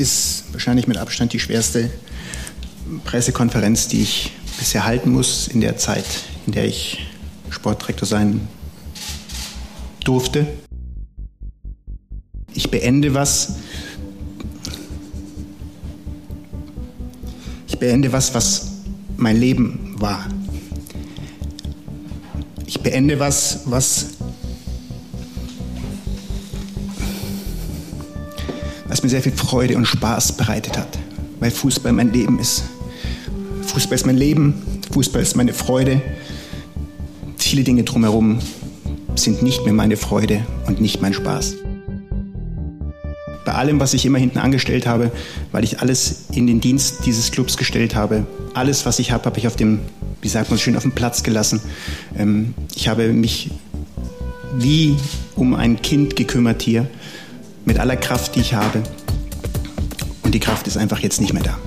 ist wahrscheinlich mit Abstand die schwerste Pressekonferenz, die ich bisher halten muss in der Zeit, in der ich Sportdirektor sein durfte. Ich beende was, was mein Leben war. Ich beende was mir sehr viel Freude und Spaß bereitet hat, weil Fußball mein Leben ist. Fußball ist mein Leben, Fußball ist meine Freude. Viele Dinge drumherum sind nicht mehr meine Freude und nicht mein Spaß. Bei allem, was ich immer hinten angestellt habe, weil ich alles in den Dienst dieses Clubs gestellt habe, alles, was ich habe ich auf dem, wie sagt man schön, auf dem Platz gelassen. Ich habe mich wie um ein Kind gekümmert hier, mit aller Kraft, die ich habe. Und die Kraft ist einfach jetzt nicht mehr da.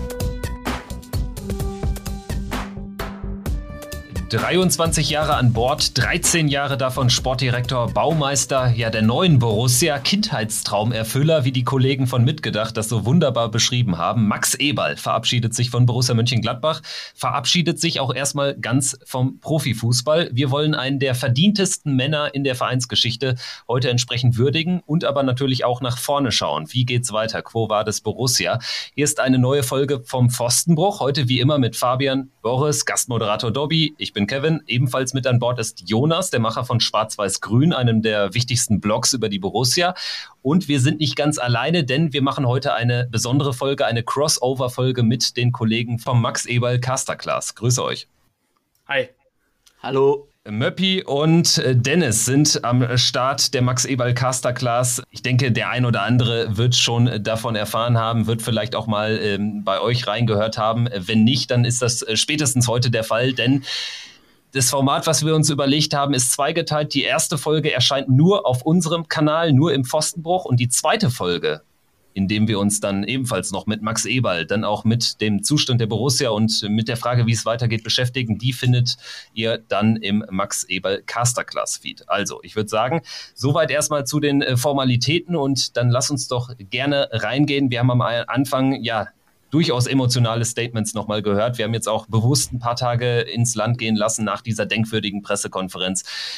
23 Jahre an Bord, 13 Jahre davon Sportdirektor, Baumeister, ja der neuen Borussia, Kindheitstraumerfüller, wie die Kollegen von Mitgedacht das so wunderbar beschrieben haben. Max Eberl verabschiedet sich von Borussia Mönchengladbach, verabschiedet sich auch erstmal ganz vom Profifußball. Wir wollen einen der verdientesten Männer in der Vereinsgeschichte heute entsprechend würdigen und aber natürlich auch nach vorne schauen. Wie geht's weiter? Quo vadis Borussia? Hier ist eine neue Folge vom Pfostenbruch, heute wie immer mit Fabian, Boris, Gastmoderator Dobby, ich bin Kevin. Ebenfalls mit an Bord ist Jonas, der Macher von Schwarz-Weiß-Grün, einem der wichtigsten Blogs über die Borussia. Und wir sind nicht ganz alleine, denn wir machen heute eine besondere Folge, eine Crossover-Folge mit den Kollegen vom Max Eberl Casterclass. Grüße euch. Hi. Hallo. Möppi und Dennis sind am Start der Max Eberl Casterclass. Ich denke, der ein oder andere wird schon davon erfahren haben, wird vielleicht auch mal bei euch reingehört haben. Wenn nicht, dann ist das spätestens heute der Fall, denn das Format, was wir uns überlegt haben, ist zweigeteilt. Die erste Folge erscheint nur auf unserem Kanal, nur im Pfostenbruch, und die zweite Folge, in dem wir uns dann ebenfalls noch mit Max Eberl, dann auch mit dem Zustand der Borussia und mit der Frage, wie es weitergeht, beschäftigen, die findet ihr dann im Max Eberl Casterclass Feed. Also, ich würde sagen, soweit erstmal zu den Formalitäten und dann lass uns doch gerne reingehen. Wir haben am Anfang, ja, durchaus emotionale Statements nochmal gehört. Wir haben jetzt auch bewusst ein paar Tage ins Land gehen lassen nach dieser denkwürdigen Pressekonferenz.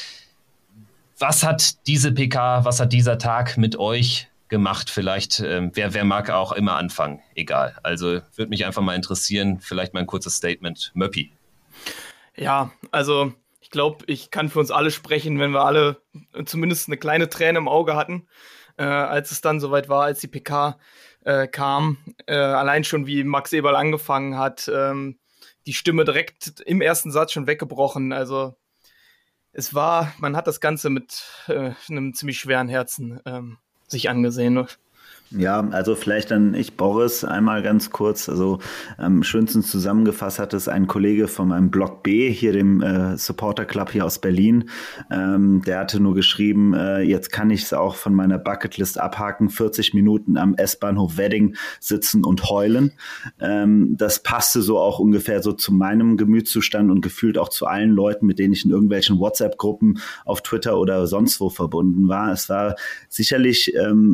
Was hat diese PK, was hat dieser Tag mit euch gemacht? Vielleicht, wer mag auch immer anfangen, egal. Also würde mich einfach mal interessieren, vielleicht mal ein kurzes Statement. Möppi. Ja, also ich glaube, ich kann für uns alle sprechen, wenn wir alle zumindest eine kleine Träne im Auge hatten, als es dann soweit war, als die PK kam. Allein schon, wie Max Eberl angefangen hat, die Stimme direkt im ersten Satz schon weggebrochen. Also man hat das Ganze mit einem ziemlich schweren Herzen sich angesehen. Ja, also vielleicht dann Boris, einmal ganz kurz. Also am schönsten zusammengefasst hat es ein Kollege von meinem Blog B, hier dem Supporter Club hier aus Berlin. Der hatte nur geschrieben, jetzt kann ich es auch von meiner Bucketlist abhaken, 40 Minuten am S-Bahnhof Wedding sitzen und heulen. Das passte so auch ungefähr so zu meinem Gemütszustand und gefühlt auch zu allen Leuten, mit denen ich in irgendwelchen WhatsApp-Gruppen auf Twitter oder sonst wo verbunden war. Es war sicherlich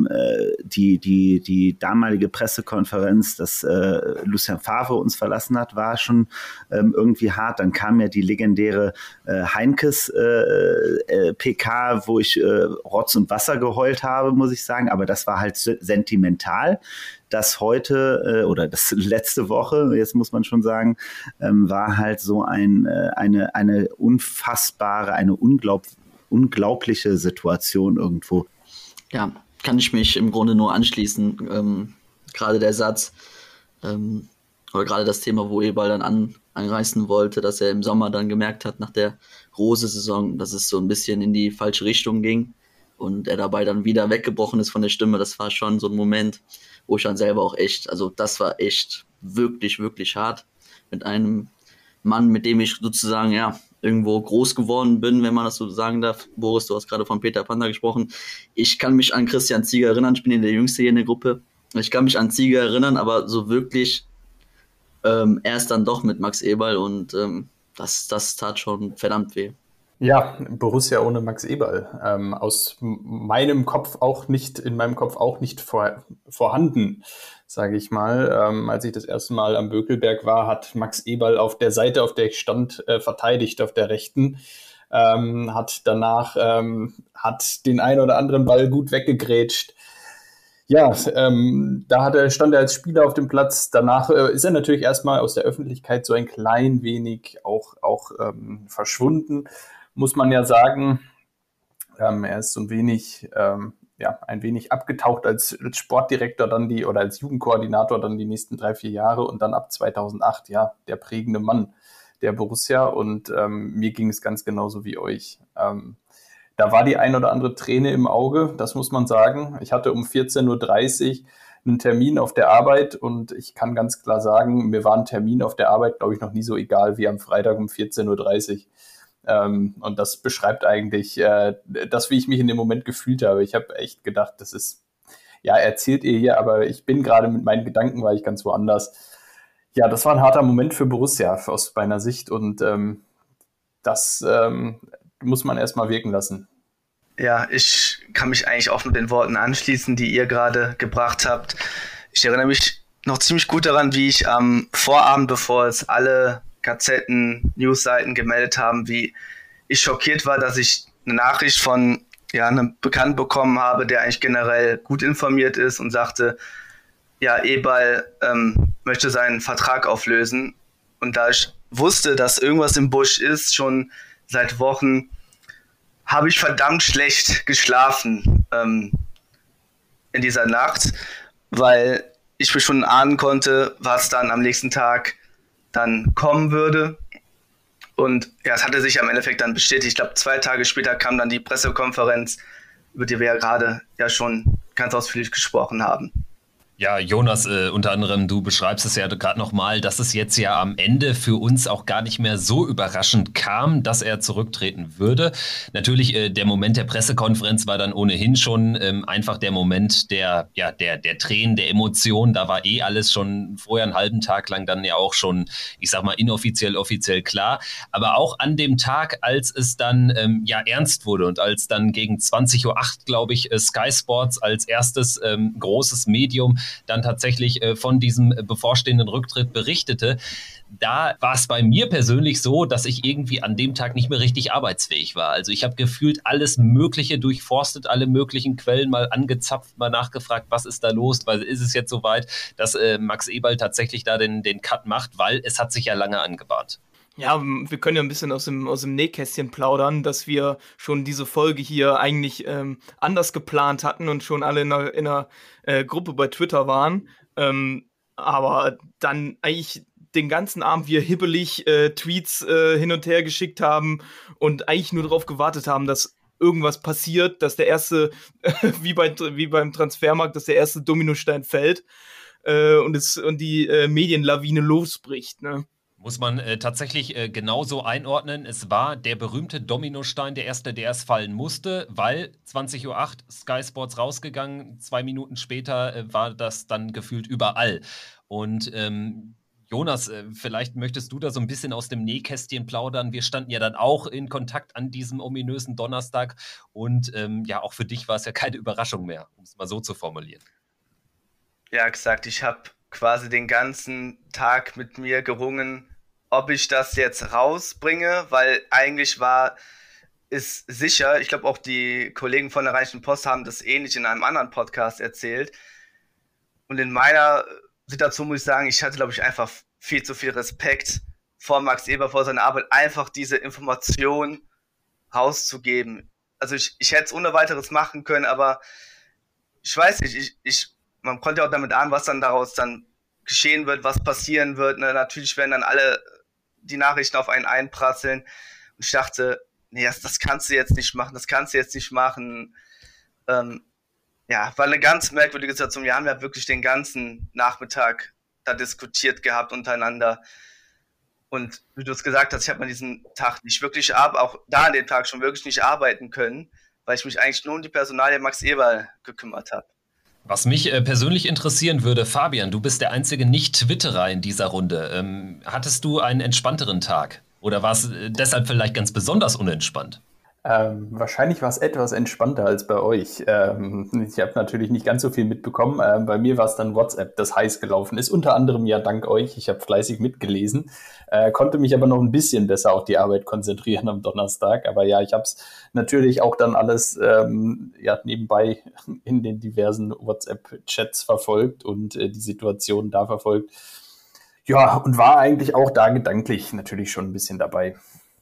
die damalige Pressekonferenz, dass Lucien Favre uns verlassen hat, war schon irgendwie hart. Dann kam ja die legendäre Heinkes PK, wo ich Rotz und Wasser geheult habe, muss ich sagen. Aber das war halt sentimental. Das heute oder das letzte Woche, jetzt muss man schon sagen, war halt so eine unfassbare, eine unglaubliche Situation irgendwo. Ja, kann ich mich im Grunde nur anschließen. Gerade der Satz oder gerade das Thema, wo Eberl dann anreißen wollte, dass er im Sommer dann gemerkt hat, nach der Rose-Saison, dass es so ein bisschen in die falsche Richtung ging und er dabei dann wieder weggebrochen ist von der Stimme. Das war schon so ein Moment, wo ich dann selber auch das war echt wirklich, wirklich hart. Mit einem Mann, mit dem ich sozusagen, ja, irgendwo groß geworden bin, wenn man das so sagen darf. Boris, du hast gerade von Peter Panda gesprochen. Ich kann mich an Christian Ziege erinnern, ich bin der Jüngste hier in der Gruppe. Ich kann mich an Ziege erinnern, aber so wirklich erst dann doch mit Max Eberl und das tat schon verdammt weh. Ja, Borussia ohne Max Eberl. Aus meinem Kopf auch nicht, in meinem Kopf auch nicht vorhanden, sage ich mal. Als ich das erste Mal am Bökelberg war, hat Max Eberl auf der Seite, auf der ich stand, verteidigt, auf der rechten. Hat danach hat den einen oder anderen Ball gut weggegrätscht. Ja, stand er als Spieler auf dem Platz. Danach ist er natürlich erstmal aus der Öffentlichkeit so ein klein wenig auch verschwunden, muss man ja sagen. Er ist so ein wenig abgetaucht als Sportdirektor oder als Jugendkoordinator dann die nächsten 3-4 Jahre und dann ab 2008, ja, der prägende Mann der Borussia, und mir ging es ganz genauso wie euch. Da war die ein oder andere Träne im Auge, das muss man sagen. Ich hatte um 14.30 Uhr einen Termin auf der Arbeit und ich kann ganz klar sagen, mir war ein Termin auf der Arbeit, glaube ich, noch nie so egal wie am Freitag um 14.30 Uhr. Und das beschreibt eigentlich das, wie ich mich in dem Moment gefühlt habe. Ich habe echt gedacht, das ist, ja, erzählt ihr hier, aber ich bin gerade mit meinen Gedanken, war ich ganz woanders. Ja, das war ein harter Moment für Borussia aus meiner Sicht, und das muss man erstmal wirken lassen. Ja, ich kann mich eigentlich auch mit den Worten anschließen, die ihr gerade gebracht habt. Ich erinnere mich noch ziemlich gut daran, wie ich am Vorabend, bevor es alle Gazetten, Newsseiten gemeldet haben, wie ich schockiert war, dass ich eine Nachricht von einem Bekannten bekommen habe, der eigentlich generell gut informiert ist und sagte, ja, Eberl möchte seinen Vertrag auflösen. Und da ich wusste, dass irgendwas im Busch ist, schon seit Wochen, habe ich verdammt schlecht geschlafen in dieser Nacht, weil ich mir schon ahnen konnte, was dann am nächsten Tag dann kommen würde. Und ja, es hatte sich am Endeffekt dann bestätigt. Ich glaube, 2 Tage später kam dann die Pressekonferenz, über die wir ja gerade ja schon ganz ausführlich gesprochen haben. Ja, Jonas, unter anderem, du beschreibst es ja gerade nochmal, dass es jetzt ja am Ende für uns auch gar nicht mehr so überraschend kam, dass er zurücktreten würde. Natürlich, der Moment der Pressekonferenz war dann ohnehin schon einfach der Moment der Tränen, der Emotionen. Da war alles schon vorher einen halben Tag lang dann ja auch schon, ich sag mal, inoffiziell, offiziell klar. Aber auch an dem Tag, als es dann ernst wurde und als dann gegen 20.08 Uhr, glaube ich, Sky Sports als erstes großes Medium dann tatsächlich von diesem bevorstehenden Rücktritt berichtete, da war es bei mir persönlich so, dass ich irgendwie an dem Tag nicht mehr richtig arbeitsfähig war. Also ich habe gefühlt alles Mögliche durchforstet, alle möglichen Quellen mal angezapft, mal nachgefragt, was ist da los, weil ist es jetzt soweit, dass Max Eberl tatsächlich da den Cut macht, weil es hat sich ja lange angebahnt. Ja, wir können ja ein bisschen aus dem Nähkästchen plaudern, dass wir schon diese Folge hier eigentlich anders geplant hatten und schon alle in einer Gruppe bei Twitter waren. Aber dann eigentlich den ganzen Abend wir hibbelig Tweets hin und her geschickt haben und eigentlich nur darauf gewartet haben, dass irgendwas passiert, dass der erste, wie beim Transfermarkt, dass der erste Dominostein fällt und die Medienlawine losbricht, ne? Muss man tatsächlich genauso einordnen. Es war der berühmte Dominostein, der erste, der es fallen musste, weil 20.08 Uhr Sky Sports rausgegangen, 2 Minuten später war das dann gefühlt überall. Und Jonas, vielleicht möchtest du da so ein bisschen aus dem Nähkästchen plaudern. Wir standen ja dann auch in Kontakt an diesem ominösen Donnerstag und auch für dich war es ja keine Überraschung mehr, um es mal so zu formulieren. Ja, exakt. Ich habe quasi den ganzen Tag mit mir gerungen, ob ich das jetzt rausbringe, weil eigentlich war es sicher, ich glaube auch die Kollegen von der Rheinischen Post haben das ähnlich in einem anderen Podcast erzählt. Und in meiner Situation muss ich sagen, ich hatte, glaube ich, einfach viel zu viel Respekt vor Max Eberl, vor seiner Arbeit, einfach diese Information rauszugeben. Also ich hätte es ohne weiteres machen können, aber ich weiß nicht, man konnte ja auch damit ahnen, was dann daraus dann geschehen wird, was passieren wird. Ne? Natürlich werden dann alle die Nachrichten auf einen einprasseln. Und ich dachte, nee, das kannst du jetzt nicht machen, war eine ganz merkwürdige Situation. Wir haben ja wirklich den ganzen Nachmittag da diskutiert gehabt untereinander. Und wie du es gesagt hast, ich habe an diesem Tag nicht wirklich auch da an dem Tag schon wirklich nicht arbeiten können, weil ich mich eigentlich nur um die Personalie Max Eberl gekümmert habe. Was mich persönlich interessieren würde, Fabian, du bist der einzige Nicht-Twitterer in dieser Runde. Hattest du einen entspannteren Tag? Oder war es deshalb vielleicht ganz besonders unentspannt? Wahrscheinlich war es etwas entspannter als bei euch. Ich habe natürlich nicht ganz so viel mitbekommen. Bei mir war es dann WhatsApp, das heiß gelaufen ist. Unter anderem ja dank euch. Ich habe fleißig mitgelesen, konnte mich aber noch ein bisschen besser auf die Arbeit konzentrieren am Donnerstag. Aber ja, ich habe es natürlich auch dann alles nebenbei in den diversen WhatsApp-Chats verfolgt und die Situation da verfolgt. Ja, und war eigentlich auch da gedanklich natürlich schon ein bisschen dabei.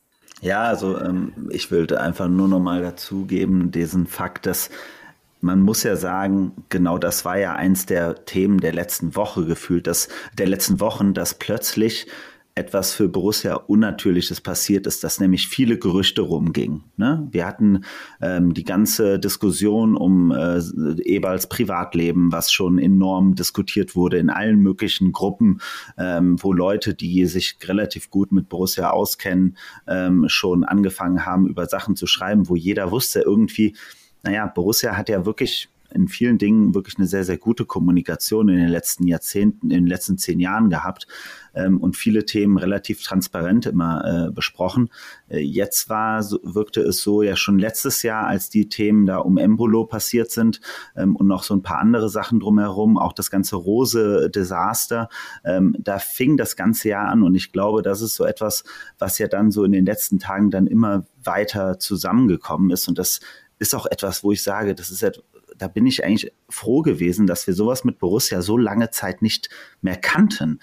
Ja, also ich würde einfach nur noch mal dazugeben, diesen Fakt, dass man muss ja sagen, genau das war ja eins der Themen der letzten Woche gefühlt, der letzten Wochen, dass plötzlich etwas für Borussia Unnatürliches passiert ist, dass nämlich viele Gerüchte rumgingen. Ne? Wir hatten die ganze Diskussion um Eberls Privatleben, was schon enorm diskutiert wurde in allen möglichen Gruppen, wo Leute, die sich relativ gut mit Borussia auskennen, schon angefangen haben, über Sachen zu schreiben, wo jeder wusste irgendwie, naja, Borussia hat ja wirklich in vielen Dingen wirklich eine sehr, sehr gute Kommunikation in den letzten Jahrzehnten, in den letzten 10 Jahren gehabt und viele Themen relativ transparent immer besprochen. Jetzt wirkte es so ja schon letztes Jahr, als die Themen da um Embolo passiert sind und noch so ein paar andere Sachen drumherum, auch das ganze Rose-Desaster, da fing das ganze Jahr an und ich glaube, das ist so etwas, was ja dann so in den letzten Tagen dann immer weiter zusammengekommen ist und das ist auch etwas, wo ich sage, da bin ich eigentlich froh gewesen, dass wir sowas mit Borussia so lange Zeit nicht mehr kannten.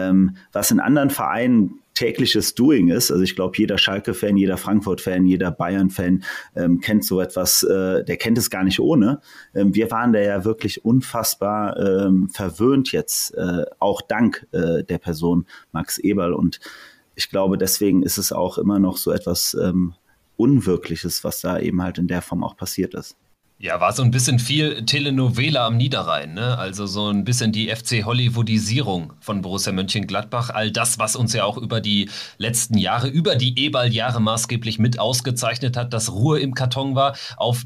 Was in anderen Vereinen tägliches Doing ist, also ich glaube, jeder Schalke-Fan, jeder Frankfurt-Fan, jeder Bayern-Fan kennt so etwas, der kennt es gar nicht ohne. Wir waren da ja wirklich unfassbar verwöhnt jetzt, auch dank der Person Max Eberl und ich glaube, deswegen ist es auch immer noch so etwas Unwirkliches, was da eben halt in der Form auch passiert ist. Ja, war so ein bisschen viel Telenovela am Niederrhein, ne? Also so ein bisschen die FC-Hollywoodisierung von Borussia Mönchengladbach. All das, was uns ja auch über die letzten Jahre, über die Eberl-Jahre maßgeblich mit ausgezeichnet hat, dass Ruhe im Karton war auf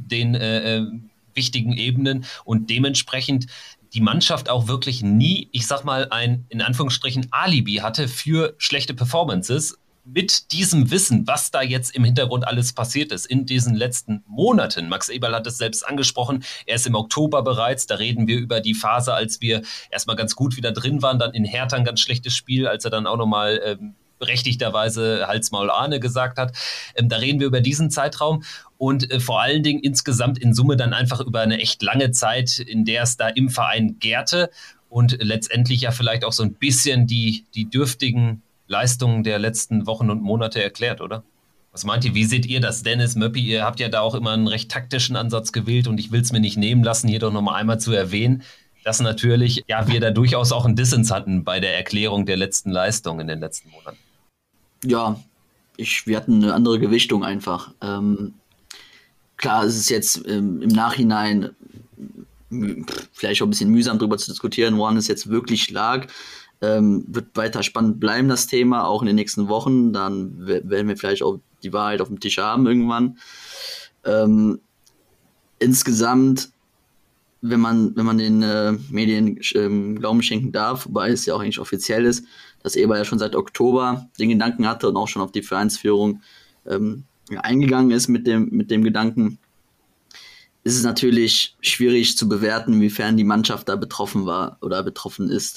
den wichtigen Ebenen und dementsprechend die Mannschaft auch wirklich nie, ich sag mal, ein in Anführungsstrichen Alibi hatte für schlechte Performances. Mit diesem Wissen, was da jetzt im Hintergrund alles passiert ist in diesen letzten Monaten. Max Eberl hat es selbst angesprochen, er ist im Oktober bereits, da reden wir über die Phase, als wir erstmal ganz gut wieder drin waren, dann in Hertha ein ganz schlechtes Spiel, als er dann auch nochmal berechtigterweise Hals-Maul-Ahne gesagt hat. Da reden wir über diesen Zeitraum und vor allen Dingen insgesamt in Summe dann einfach über eine echt lange Zeit, in der es da im Verein gärte und letztendlich ja vielleicht auch so ein bisschen die dürftigen Leistungen der letzten Wochen und Monate erklärt, oder? Was meint ihr? Wie seht ihr das? Dennis, Möppi, ihr habt ja da auch immer einen recht taktischen Ansatz gewählt und ich will es mir nicht nehmen lassen, hier doch nochmal einmal zu erwähnen, dass natürlich, ja, wir da durchaus auch einen Dissens hatten bei der Erklärung der letzten Leistung in den letzten Monaten. Ja, wir hatten eine andere Gewichtung einfach. Klar, es ist jetzt im Nachhinein vielleicht auch ein bisschen mühsam darüber zu diskutieren, woran es jetzt wirklich lag. Wird weiter spannend bleiben, das Thema, auch in den nächsten Wochen. Dann werden wir vielleicht auch die Wahrheit auf dem Tisch haben irgendwann. Insgesamt, wenn man den Medien Glauben schenken darf, wobei es ja auch eigentlich offiziell ist, dass Eberl ja schon seit Oktober den Gedanken hatte und auch schon auf die Vereinsführung eingegangen ist mit dem Gedanken, ist es natürlich schwierig zu bewerten, inwiefern die Mannschaft da betroffen war oder betroffen ist.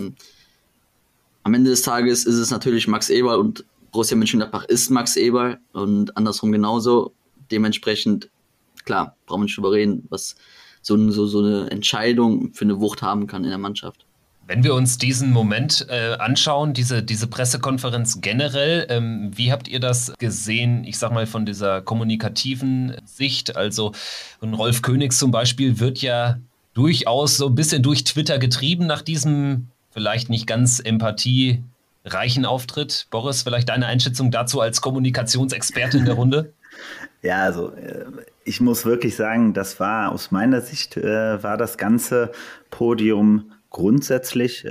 Am Ende des Tages ist es natürlich Max Eberl und Borussia Mönchengladbach ist Max Eberl und andersrum genauso. Dementsprechend, klar, brauchen wir nicht drüber reden, was so eine Entscheidung für eine Wucht haben kann in der Mannschaft. Wenn wir uns diesen Moment anschauen, diese Pressekonferenz generell, wie habt ihr das gesehen, ich sag mal von dieser kommunikativen Sicht? Also Rolf Königs zum Beispiel wird ja durchaus so ein bisschen durch Twitter getrieben nach diesem vielleicht nicht ganz empathiereichen Auftritt. Boris, vielleicht deine Einschätzung dazu als Kommunikationsexperte in der Runde? Ja, also ich muss wirklich sagen, das war aus meiner Sicht, war das ganze Podium grundsätzlich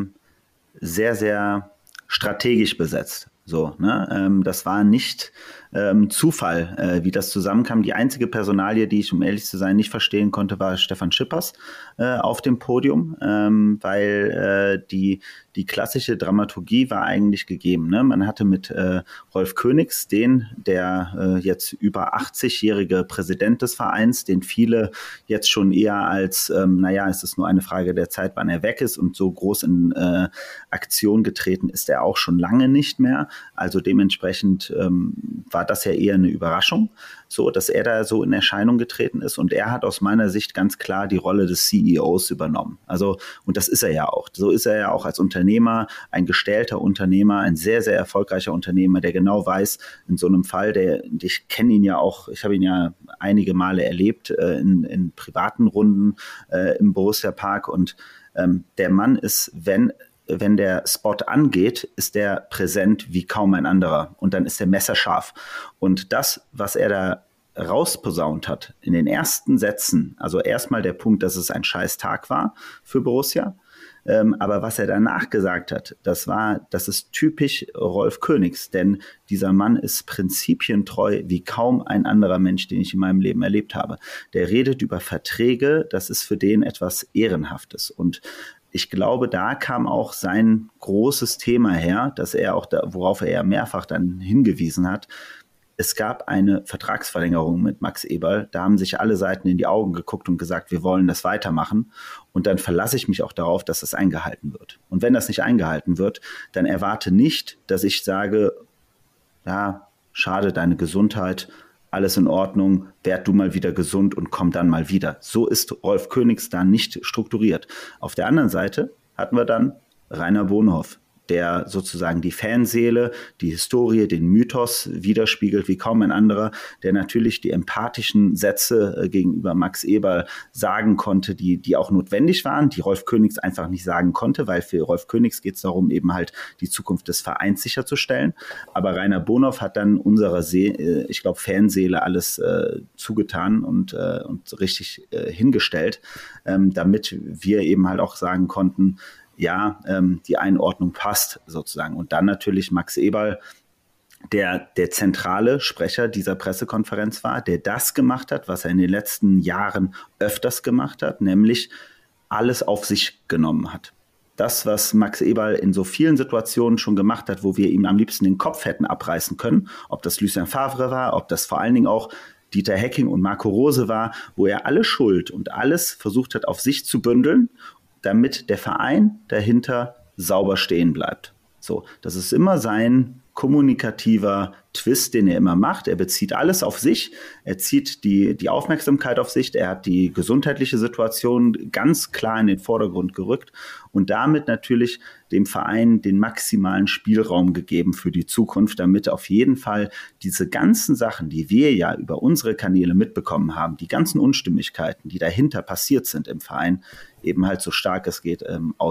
sehr, sehr strategisch besetzt. So, ne? Das war nicht Zufall, wie das zusammenkam. Die einzige Personalie, die ich, um ehrlich zu sein, nicht verstehen konnte, war Stefan Schippers auf dem Podium, weil die klassische Dramaturgie war eigentlich gegeben. Ne? Man hatte mit Rolf Königs, der jetzt über 80-jährige Präsident des Vereins, den viele jetzt schon eher als, es ist nur eine Frage der Zeit, wann er weg ist, und so groß in Aktion getreten ist er auch schon lange nicht mehr. Also dementsprechend war das ja eher eine Überraschung, so dass er da so in Erscheinung getreten ist, und er hat aus meiner Sicht ganz klar die Rolle des CEOs übernommen. Also, und das ist er ja auch. So ist er ja auch als Unternehmer, ein gestählter Unternehmer, ein sehr, sehr erfolgreicher Unternehmer, der genau weiß, in so einem Fall, ich kenne ihn ja auch, ich habe ihn ja einige Male erlebt in privaten Runden im Borussia Park, und der Mann ist, wenn der Spot angeht, ist der präsent wie kaum ein anderer. Und dann ist er messerscharf. Und das, was er da rausposaunt hat in den ersten Sätzen, also erstmal der Punkt, dass es ein scheiß Tag war für Borussia, aber was er danach gesagt hat, das ist typisch Rolf Königs, denn dieser Mann ist prinzipientreu wie kaum ein anderer Mensch, den ich in meinem Leben erlebt habe. Der redet über Verträge, das ist für den etwas Ehrenhaftes, und ich glaube, da kam auch sein großes Thema her, dass er auch worauf er ja mehrfach dann hingewiesen hat. Es gab eine Vertragsverlängerung mit Max Eberl. Da haben sich alle Seiten in die Augen geguckt und gesagt, wir wollen das weitermachen. Und dann verlasse ich mich auch darauf, dass das eingehalten wird. Und wenn das nicht eingehalten wird, dann erwarte nicht, dass ich sage, ja, schade, deine Gesundheit, alles in Ordnung, werd du mal wieder gesund und komm dann mal wieder. So ist Rolf Königs da nicht strukturiert. Auf der anderen Seite hatten wir dann Rainer Bonhoff, der sozusagen die Fanseele, die Historie, den Mythos widerspiegelt wie kaum ein anderer, der natürlich die empathischen Sätze gegenüber Max Eberl sagen konnte, die auch notwendig waren, die Rolf Königs einfach nicht sagen konnte, weil für Rolf Königs geht es darum, eben halt die Zukunft des Vereins sicherzustellen. Aber Rainer Bonhoff hat dann unserer Fanseele alles zugetan und richtig hingestellt, damit wir eben halt auch sagen konnten, ja, die Einordnung passt sozusagen. Und dann natürlich Max Eberl, der zentrale Sprecher dieser Pressekonferenz war, der das gemacht hat, was er in den letzten Jahren öfters gemacht hat, nämlich alles auf sich genommen hat. Das, was Max Eberl in so vielen Situationen schon gemacht hat, wo wir ihm am liebsten den Kopf hätten abreißen können, ob das Lucien Favre war, ob das vor allen Dingen auch Dieter Hecking und Marco Rose war, wo er alle Schuld und alles versucht hat, auf sich zu bündeln, damit der Verein dahinter sauber stehen bleibt. So, das ist immer sein kommunikativer Twist, den er immer macht. Er bezieht alles auf sich, er zieht die Aufmerksamkeit auf sich, er hat die gesundheitliche Situation ganz klar in den Vordergrund gerückt und damit natürlich dem Verein den maximalen Spielraum gegeben für die Zukunft, damit auf jeden Fall diese ganzen Sachen, die wir ja über unsere Kanäle mitbekommen haben, die ganzen Unstimmigkeiten, die dahinter passiert sind im Verein, eben halt so stark es geht,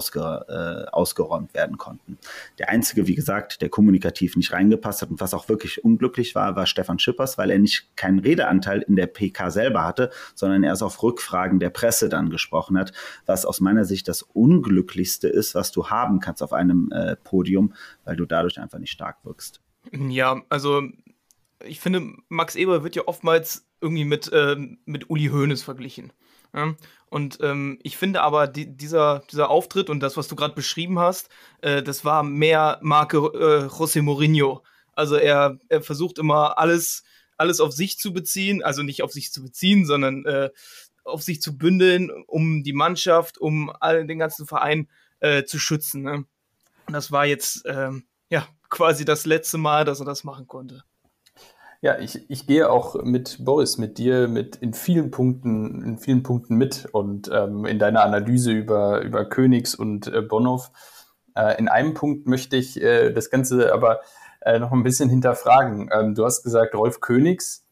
ausgeräumt werden konnten. Der Einzige, wie gesagt, der kommunikativ nicht reingepasst hat und was auch wirklich unglücklich war Stefan Schippers, weil er keinen Redeanteil in der PK selber hatte, sondern erst auf Rückfragen der Presse dann gesprochen hat, was aus meiner Sicht das Unglücklichste ist, was du haben kannst auf einem Podium, weil du dadurch einfach nicht stark wirkst. Ja, also ich finde, Max Eberl wird ja oftmals irgendwie mit Uli Hoeneß verglichen. Ja? Und ich finde aber, dieser Auftritt und das, was du gerade beschrieben hast, das war mehr Marke José Mourinho. Also er versucht immer alles auf sich zu beziehen, also nicht auf sich zu beziehen, sondern auf sich zu bündeln, um die Mannschaft, um den ganzen Verein zu schützen. Ne? Und das war jetzt quasi das letzte Mal, dass er das machen konnte. Ja, ich gehe auch mit Boris, mit dir, in vielen Punkten mit und in deiner Analyse über Königs und Bonhoff. In einem Punkt möchte ich das Ganze aber noch ein bisschen hinterfragen. Du hast gesagt, Rolf Königs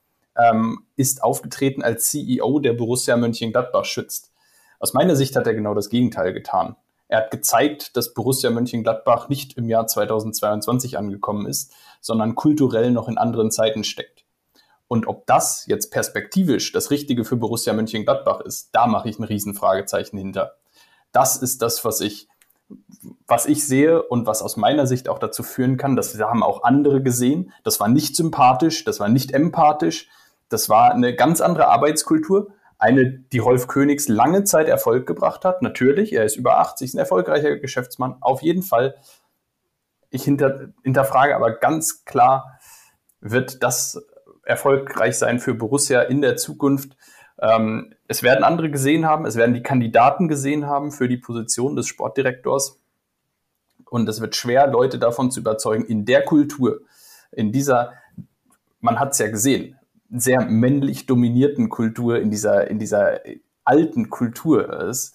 ist aufgetreten als CEO, der Borussia Mönchengladbach schützt. Aus meiner Sicht hat er genau das Gegenteil getan. Er hat gezeigt, dass Borussia Mönchengladbach nicht im Jahr 2022 angekommen ist, sondern kulturell noch in anderen Zeiten steckt. Und ob das jetzt perspektivisch das Richtige für Borussia Mönchengladbach ist, da mache ich ein Riesenfragezeichen hinter. Das ist das, was ich was ich sehe und was aus meiner Sicht auch dazu führen kann, das haben auch andere gesehen, das war nicht sympathisch, das war nicht empathisch, das war eine ganz andere Arbeitskultur, eine, die Rolf Königs lange Zeit Erfolg gebracht hat. Natürlich, er ist über 80, ist ein erfolgreicher Geschäftsmann, auf jeden Fall. Ich hinterfrage aber ganz klar, wird das erfolgreich sein für Borussia in der Zukunft? Es werden andere gesehen haben, es werden die Kandidaten gesehen haben für die Position des Sportdirektors. Und es wird schwer, Leute davon zu überzeugen, in der Kultur, in dieser, man hat es ja gesehen, sehr männlich dominierten Kultur, in dieser alten Kultur ist,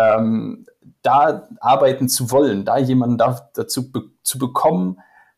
da arbeiten zu wollen, da jemanden dazu zu bekommen,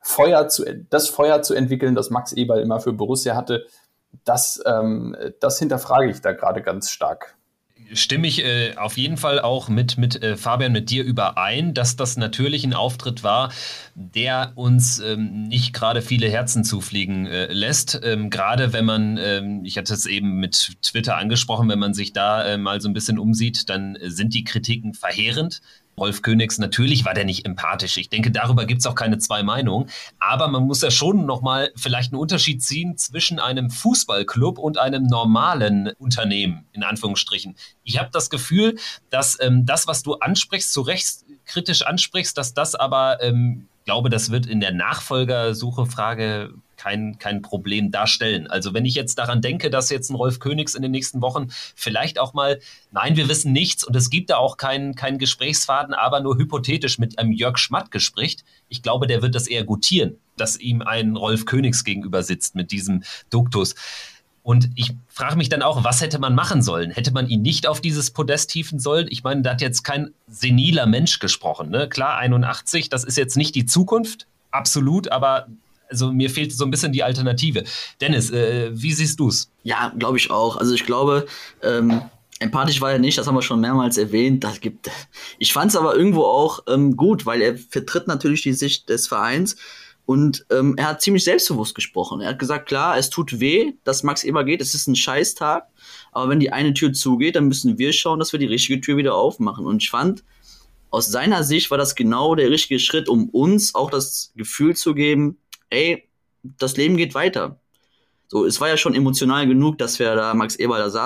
das Feuer zu entwickeln, das Max Eberl immer für Borussia hatte, das hinterfrage ich da gerade ganz stark. Stimme ich auf jeden Fall auch mit Fabian, mit dir überein, dass das natürlich ein Auftritt war, der uns nicht gerade viele Herzen zufliegen lässt. Gerade wenn man, ich hatte es eben mit Twitter angesprochen, wenn man sich da mal so ein bisschen umsieht, dann sind die Kritiken verheerend. Rolf Königs, natürlich war der nicht empathisch. Ich denke, darüber gibt es auch keine zwei Meinungen. Aber man muss ja schon nochmal vielleicht einen Unterschied ziehen zwischen einem Fußballclub und einem normalen Unternehmen, in Anführungsstrichen. Ich habe das Gefühl, dass das, was du ansprichst, zu Recht kritisch ansprichst, dass das aber, glaube, das wird in der Nachfolgersuche-Frage kein Problem darstellen. Also wenn ich jetzt daran denke, dass jetzt ein Rolf Königs in den nächsten Wochen vielleicht auch mal, nein, wir wissen nichts und es gibt da auch keinen Gesprächsfaden, aber nur hypothetisch mit einem Jörg Schmatt spricht, ich glaube, der wird das eher gutieren, dass ihm ein Rolf Königs gegenüber sitzt mit diesem Duktus. Und ich frage mich dann auch, was hätte man machen sollen? Hätte man ihn nicht auf dieses Podest hieven sollen? Ich meine, da hat jetzt kein seniler Mensch gesprochen. Ne? Klar, 81, das ist jetzt nicht die Zukunft, absolut, aber also mir fehlt so ein bisschen die Alternative. Dennis, wie siehst du es? Ja, glaube ich auch. Also ich glaube, empathisch war er nicht, das haben wir schon mehrmals erwähnt. Ich fand es aber irgendwo auch gut, weil er vertritt natürlich die Sicht des Vereins und er hat ziemlich selbstbewusst gesprochen. Er hat gesagt, klar, es tut weh, dass Max Eberl geht, es ist ein Scheißtag, aber wenn die eine Tür zugeht, dann müssen wir schauen, dass wir die richtige Tür wieder aufmachen. Und ich fand, aus seiner Sicht war das genau der richtige Schritt, um uns auch das Gefühl zu geben, ey, das Leben geht weiter. So, es war ja schon emotional genug, dass wir da Max Eberl da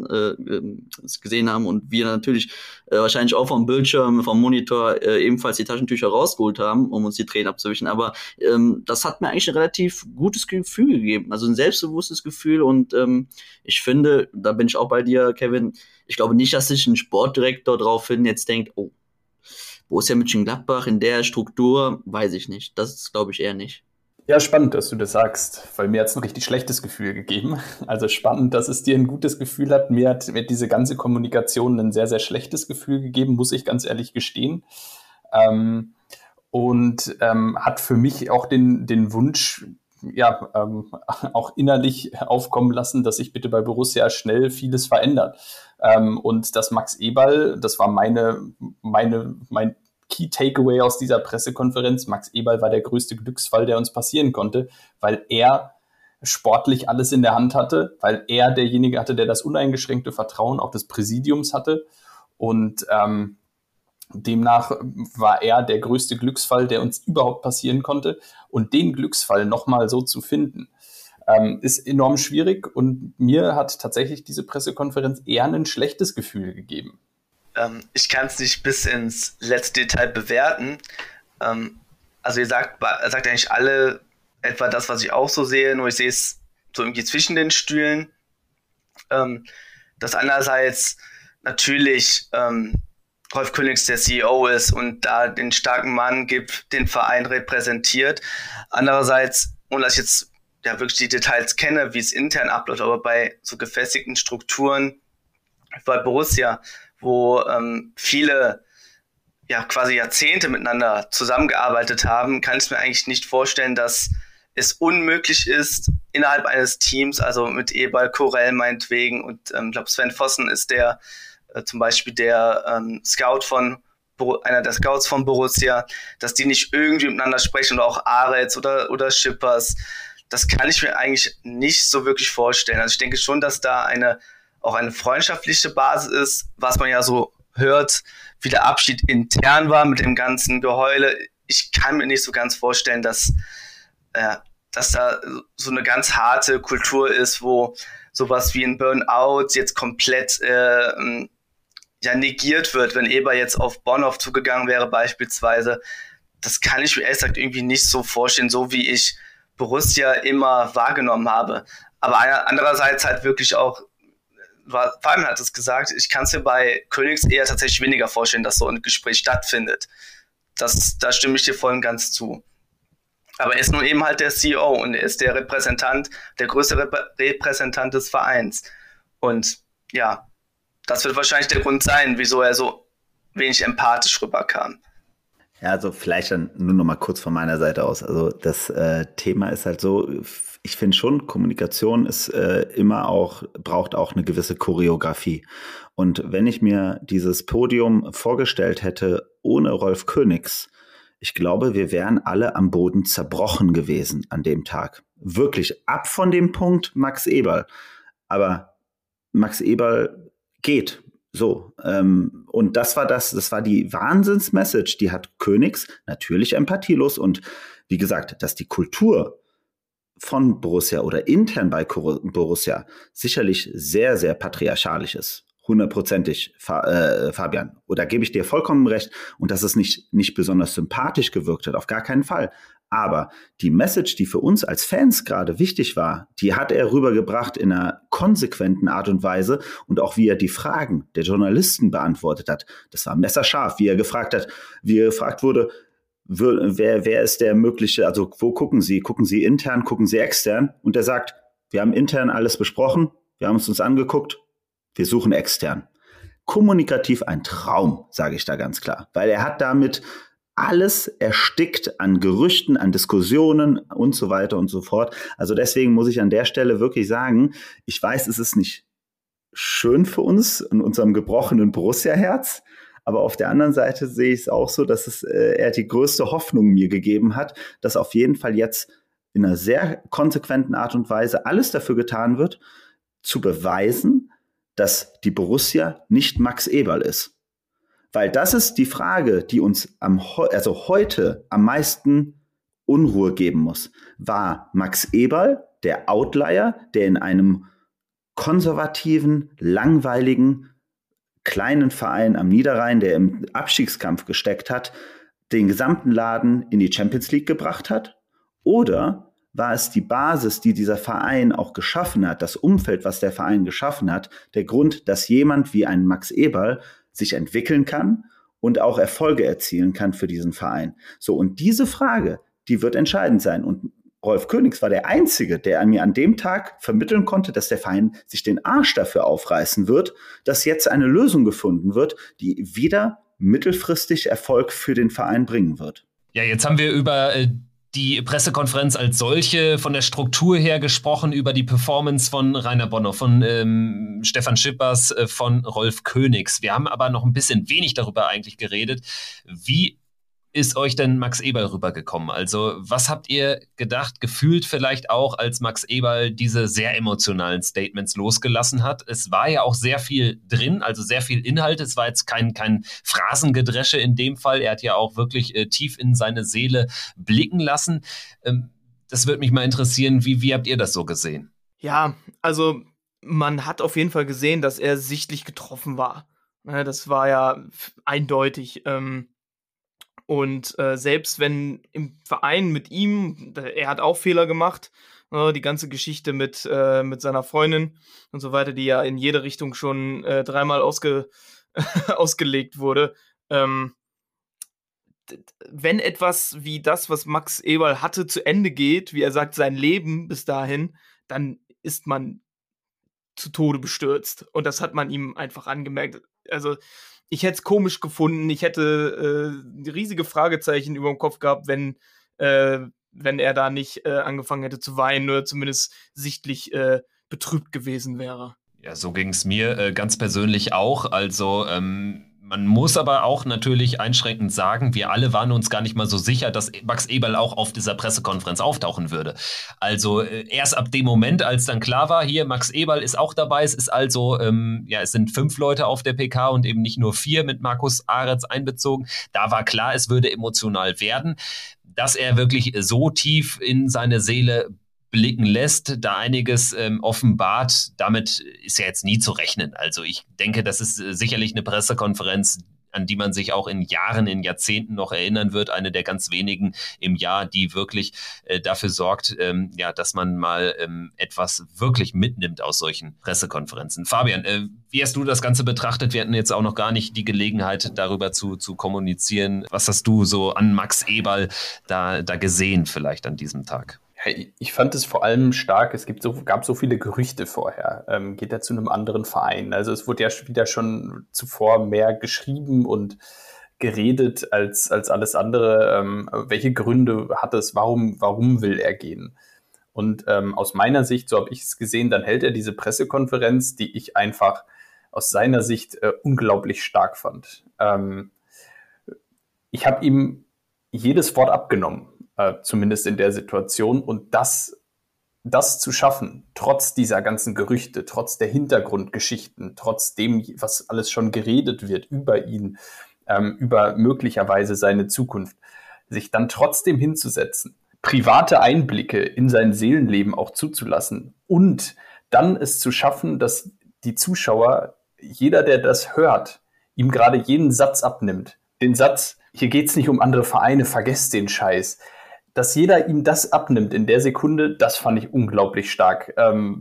saßen, es gesehen haben und wir natürlich wahrscheinlich auch vom Bildschirm, vom Monitor ebenfalls die Taschentücher rausgeholt haben, um uns die Tränen abzuwischen. Aber das hat mir eigentlich ein relativ gutes Gefühl gegeben, also ein selbstbewusstes Gefühl und ich finde, da bin ich auch bei dir, Kevin, ich glaube nicht, dass sich ein Sportdirektor daraufhin jetzt denkt, oh, Borussia Mönchengladbach in der Struktur, weiß ich nicht. Das glaube ich eher nicht. Ja, spannend, dass du das sagst, weil mir hat es ein richtig schlechtes Gefühl gegeben. Also spannend, dass es dir ein gutes Gefühl hat. Mir hat diese ganze Kommunikation ein sehr, sehr schlechtes Gefühl gegeben, muss ich ganz ehrlich gestehen. Und hat für mich auch den Wunsch, auch innerlich aufkommen lassen, dass sich bitte bei Borussia schnell vieles verändert. Und dass Max Eberl, das war mein Key Takeaway aus dieser Pressekonferenz, Max Eberl war der größte Glücksfall, der uns passieren konnte, weil er sportlich alles in der Hand hatte, weil er derjenige hatte, der das uneingeschränkte Vertrauen auch des Präsidiums hatte und demnach war er der größte Glücksfall, der uns überhaupt passieren konnte und den Glücksfall nochmal so zu finden, ist enorm schwierig und mir hat tatsächlich diese Pressekonferenz eher ein schlechtes Gefühl gegeben. Ich kann es nicht bis ins letzte Detail bewerten. Also ihr sagt eigentlich alle etwa das, was ich auch so sehe, nur ich sehe es so irgendwie zwischen den Stühlen. Dass einerseits natürlich Rolf Königs der CEO ist und da den starken Mann gibt, den Verein repräsentiert. Andererseits, ohne dass ich jetzt ja wirklich die Details kenne, wie es intern abläuft, aber bei so gefestigten Strukturen bei Borussia, wo viele ja quasi Jahrzehnte miteinander zusammengearbeitet haben, kann ich mir eigentlich nicht vorstellen, dass es unmöglich ist, innerhalb eines Teams, also mit Eberl, Korell meinetwegen und ich glaube Sven Vossen ist der zum Beispiel der einer der Scouts von Borussia, dass die nicht irgendwie miteinander sprechen oder auch Aretz oder Schippers. Das kann ich mir eigentlich nicht so wirklich vorstellen. Also ich denke schon, dass da auch eine freundschaftliche Basis ist, was man ja so hört, wie der Abschied intern war mit dem ganzen Geheule. Ich kann mir nicht so ganz vorstellen, dass da so eine ganz harte Kultur ist, wo sowas wie ein Burnout jetzt komplett negiert wird, wenn Eberl jetzt auf Bonhoff zugegangen wäre beispielsweise. Das kann ich mir ehrlich gesagt irgendwie nicht so vorstellen, so wie ich Borussia immer wahrgenommen habe. Aber andererseits halt wirklich auch, Fabian hat es gesagt, ich kann es mir bei Königs eher tatsächlich weniger vorstellen, dass so ein Gespräch stattfindet. Da stimme ich dir voll und ganz zu. Aber er ist nun eben halt der CEO und er ist der Repräsentant, der größte Repräsentant des Vereins. Und ja, das wird wahrscheinlich der Grund sein, wieso er so wenig empathisch rüberkam. Ja, also vielleicht dann nur noch mal kurz von meiner Seite aus. Also das Thema ist halt so, ich finde schon, Kommunikation ist braucht auch eine gewisse Choreografie. Und wenn ich mir dieses Podium vorgestellt hätte ohne Rolf Königs, ich glaube, wir wären alle am Boden zerbrochen gewesen an dem Tag. Wirklich ab von dem Punkt Max Eberl. Aber Max Eberl geht. So, und das war die Wahnsinns-Message, die hat Königs, natürlich empathielos, und wie gesagt, dass die Kultur von Borussia oder intern bei Borussia sicherlich sehr, sehr patriarchalisch ist. 100%ig, Fabian. Oder gebe ich dir vollkommen recht, und dass es nicht besonders sympathisch gewirkt hat, auf gar keinen Fall. Aber die Message, die für uns als Fans gerade wichtig war, die hat er rübergebracht in einer konsequenten Art und Weise, und auch wie er die Fragen der Journalisten beantwortet hat. Das war messerscharf, wie er gefragt wurde, wer ist der mögliche, also wo gucken Sie? Gucken Sie intern, gucken Sie extern? Und er sagt, wir haben intern alles besprochen, wir haben es uns angeguckt, wir suchen extern. Kommunikativ ein Traum, sage ich da ganz klar, weil er hat damit alles erstickt an Gerüchten, an Diskussionen und so weiter und so fort. Also deswegen muss ich an der Stelle wirklich sagen, ich weiß, es ist nicht schön für uns in unserem gebrochenen Borussia-Herz, aber auf der anderen Seite sehe ich es auch so, dass er die größte Hoffnung mir gegeben hat, dass auf jeden Fall jetzt in einer sehr konsequenten Art und Weise alles dafür getan wird, zu beweisen, dass die Borussia nicht Max Eberl ist. Weil das ist die Frage, die uns heute am meisten Unruhe geben muss. War Max Eberl der Outlier, der in einem konservativen, langweiligen, kleinen Verein am Niederrhein, der im Abstiegskampf gesteckt hat, den gesamten Laden in die Champions League gebracht hat? Oder war es die Basis, die dieser Verein auch geschaffen hat, das Umfeld, was der Verein geschaffen hat, der Grund, dass jemand wie ein Max Eberl sich entwickeln kann und auch Erfolge erzielen kann für diesen Verein? So, und diese Frage, die wird entscheidend sein. Und Rolf Königs war der Einzige, der mir an dem Tag vermitteln konnte, dass der Verein sich den Arsch dafür aufreißen wird, dass jetzt eine Lösung gefunden wird, die wieder mittelfristig Erfolg für den Verein bringen wird. Ja, jetzt haben wir über die Pressekonferenz als solche, von der Struktur her gesprochen, über die Performance von Rainer Bonhoff, von Stefan Schippers, von Rolf Königs. Wir haben aber noch ein bisschen wenig darüber eigentlich geredet. Wie ist euch denn Max Eberl rübergekommen? Also was habt ihr gedacht, gefühlt vielleicht auch, als Max Eberl diese sehr emotionalen Statements losgelassen hat? Es war ja auch sehr viel drin, also sehr viel Inhalt. Es war jetzt kein Phrasengedresche in dem Fall. Er hat ja auch wirklich tief in seine Seele blicken lassen. Das würde mich mal interessieren, wie habt ihr das so gesehen? Ja, also man hat auf jeden Fall gesehen, dass er sichtlich getroffen war. Das war ja eindeutig. Und selbst wenn im Verein mit ihm, er hat auch Fehler gemacht, die ganze Geschichte mit seiner Freundin und so weiter, die ja in jede Richtung schon dreimal ausgelegt wurde. Wenn etwas wie das, was Max Eberl hatte, zu Ende geht, wie er sagt, sein Leben bis dahin, dann ist man zu Tode bestürzt. Und das hat man ihm einfach angemerkt. Also ich hätte es komisch gefunden, ich hätte riesige Fragezeichen über dem Kopf gehabt, wenn er da nicht angefangen hätte zu weinen oder zumindest sichtlich betrübt gewesen wäre. Ja, so ging es mir ganz persönlich auch. Also Man muss aber auch natürlich einschränkend sagen, wir alle waren uns gar nicht mal so sicher, dass Max Eberl auch auf dieser Pressekonferenz auftauchen würde. Also erst ab dem Moment, als dann klar war, hier Max Eberl ist auch dabei, es ist also, es sind 5 Leute auf der PK und eben nicht nur 4 mit Markus Aretz einbezogen. Da war klar, es würde emotional werden. Dass er wirklich so tief in seine Seele blicken lässt, da einiges offenbart, damit ist ja jetzt nie zu rechnen. Also ich denke, das ist sicherlich eine Pressekonferenz, an die man sich auch in Jahren, in Jahrzehnten noch erinnern wird. Eine der ganz wenigen im Jahr, die wirklich dafür sorgt, dass man mal etwas wirklich mitnimmt aus solchen Pressekonferenzen. Fabian, wie hast du das Ganze betrachtet? Wir hatten jetzt auch noch gar nicht die Gelegenheit, darüber zu kommunizieren. Was hast du so an Max Eberl da gesehen vielleicht an diesem Tag? Ich fand es vor allem stark, gab so viele Gerüchte vorher. Geht er zu einem anderen Verein? Also es wurde ja wieder schon zuvor mehr geschrieben und geredet als alles andere. Welche Gründe hat es? Warum will er gehen? Und aus meiner Sicht, so habe ich es gesehen, dann hält er diese Pressekonferenz, die ich einfach aus seiner Sicht unglaublich stark fand. Ich habe ihm jedes Wort abgenommen. Zumindest in der Situation. Und das zu schaffen, trotz dieser ganzen Gerüchte, trotz der Hintergrundgeschichten, trotz dem, was alles schon geredet wird über ihn, über möglicherweise seine Zukunft, sich dann trotzdem hinzusetzen, private Einblicke in sein Seelenleben auch zuzulassen und dann es zu schaffen, dass die Zuschauer, jeder, der das hört, ihm gerade jeden Satz abnimmt. Den Satz, hier geht's nicht um andere Vereine, vergesst den Scheiß. Dass jeder ihm das abnimmt in der Sekunde, das fand ich unglaublich stark.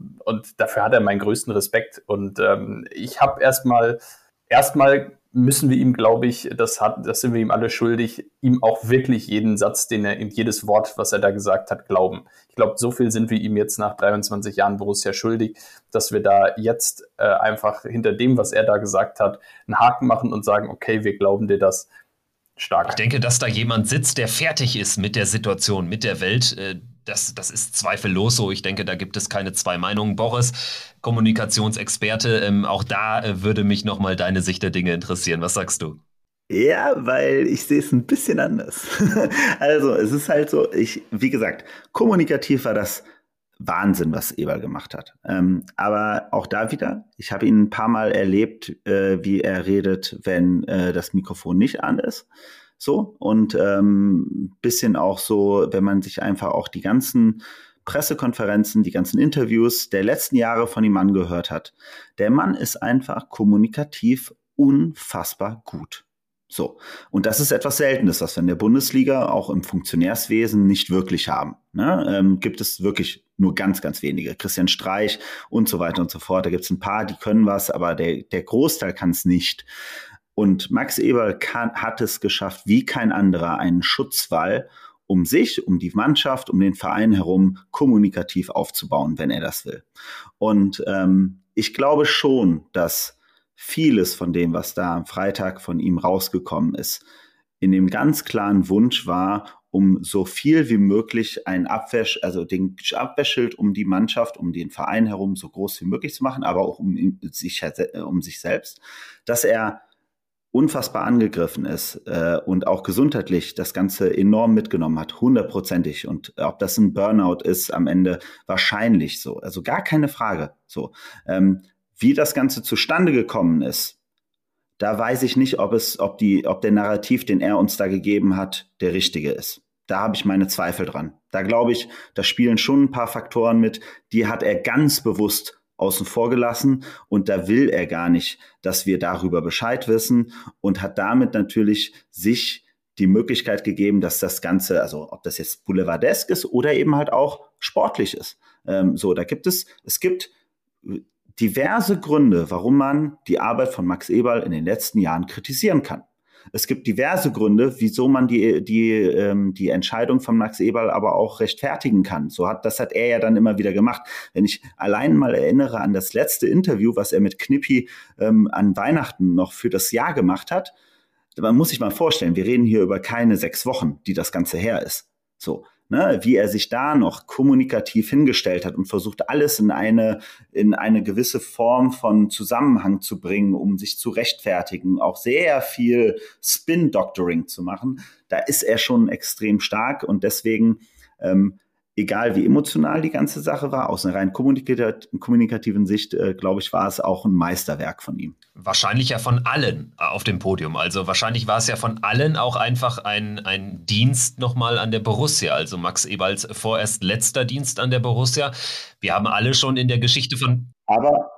Und dafür hat er meinen größten Respekt. Und ich habe erstmal müssen wir ihm, glaube ich, das sind wir ihm alle schuldig, ihm auch wirklich jeden Satz, jedes Wort, was er da gesagt hat, glauben. Ich glaube, so viel sind wir ihm jetzt nach 23 Jahren Borussia schuldig, dass wir da jetzt einfach hinter dem, was er da gesagt hat, einen Haken machen und sagen, okay, wir glauben dir das. Stark. Ich denke, dass da jemand sitzt, der fertig ist mit der Situation, mit der Welt. Das ist zweifellos so. Ich denke, da gibt es keine zwei Meinungen. Boris, Kommunikationsexperte, auch da würde mich nochmal deine Sicht der Dinge interessieren. Was sagst du? Ja, weil ich sehe es ein bisschen anders. Also, es ist halt so, wie gesagt, kommunikativ war das Wahnsinn, was Eberl gemacht hat. Aber auch da wieder, ich habe ihn ein paar Mal erlebt, wie er redet, wenn das Mikrofon nicht an ist. So, und bisschen auch so, wenn man sich einfach auch die ganzen Pressekonferenzen, die ganzen Interviews der letzten Jahre von ihm angehört hat. Der Mann ist einfach kommunikativ unfassbar gut. So, und das ist etwas Seltenes, was wir in der Bundesliga auch im Funktionärswesen nicht wirklich haben. Ne? Gibt es wirklich nur ganz, ganz wenige. Christian Streich und so weiter und so fort. Da gibt es ein paar, die können was, aber der Großteil kann es nicht. Und Max Eberl hat es geschafft, wie kein anderer, einen Schutzwall um sich, um die Mannschaft, um den Verein herum kommunikativ aufzubauen, wenn er das will. Und ich glaube schon, dass vieles von dem, was da am Freitag von ihm rausgekommen ist, in dem ganz klaren Wunsch war, um so viel wie möglich den Abwehrschild um die Mannschaft, um den Verein herum so groß wie möglich zu machen, aber auch um sich selbst, dass er unfassbar angegriffen ist und auch gesundheitlich das Ganze enorm mitgenommen hat, 100%. Und ob das ein Burnout ist, am Ende wahrscheinlich so. Also gar keine Frage. So. Wie das Ganze zustande gekommen ist, da weiß ich nicht, ob der Narrativ, den er uns da gegeben hat, der richtige ist. Da habe ich meine Zweifel dran. Da glaube ich, da spielen schon ein paar Faktoren mit, die hat er ganz bewusst außen vor gelassen und da will er gar nicht, dass wir darüber Bescheid wissen und hat damit natürlich sich die Möglichkeit gegeben, dass das Ganze, also ob das jetzt boulevardesk ist oder eben halt auch sportlich ist. Es gibt diverse Gründe, warum man die Arbeit von Max Eberl in den letzten Jahren kritisieren kann. Es gibt diverse Gründe, wieso man die Entscheidung von Max Eberl aber auch rechtfertigen kann. Das hat er ja dann immer wieder gemacht. Wenn ich allein mal erinnere an das letzte Interview, was er mit Knippi an Weihnachten noch für das Jahr gemacht hat, man muss sich mal vorstellen, wir reden hier über keine 6 Wochen, die das Ganze her ist. So, ne, wie er sich da noch kommunikativ hingestellt hat und versucht, alles in eine gewisse Form von Zusammenhang zu bringen, um sich zu rechtfertigen, auch sehr viel Spin-Doctoring zu machen, da ist er schon extrem stark und deswegen, egal wie emotional die ganze Sache war, aus einer rein kommunikativen Sicht, glaube ich, war es auch ein Meisterwerk von ihm. Wahrscheinlich ja von allen auf dem Podium. Also wahrscheinlich war es ja von allen auch einfach ein Dienst nochmal an der Borussia. Also Max Eberls vorerst letzter Dienst an der Borussia. Wir haben alle schon in der Geschichte von... Aber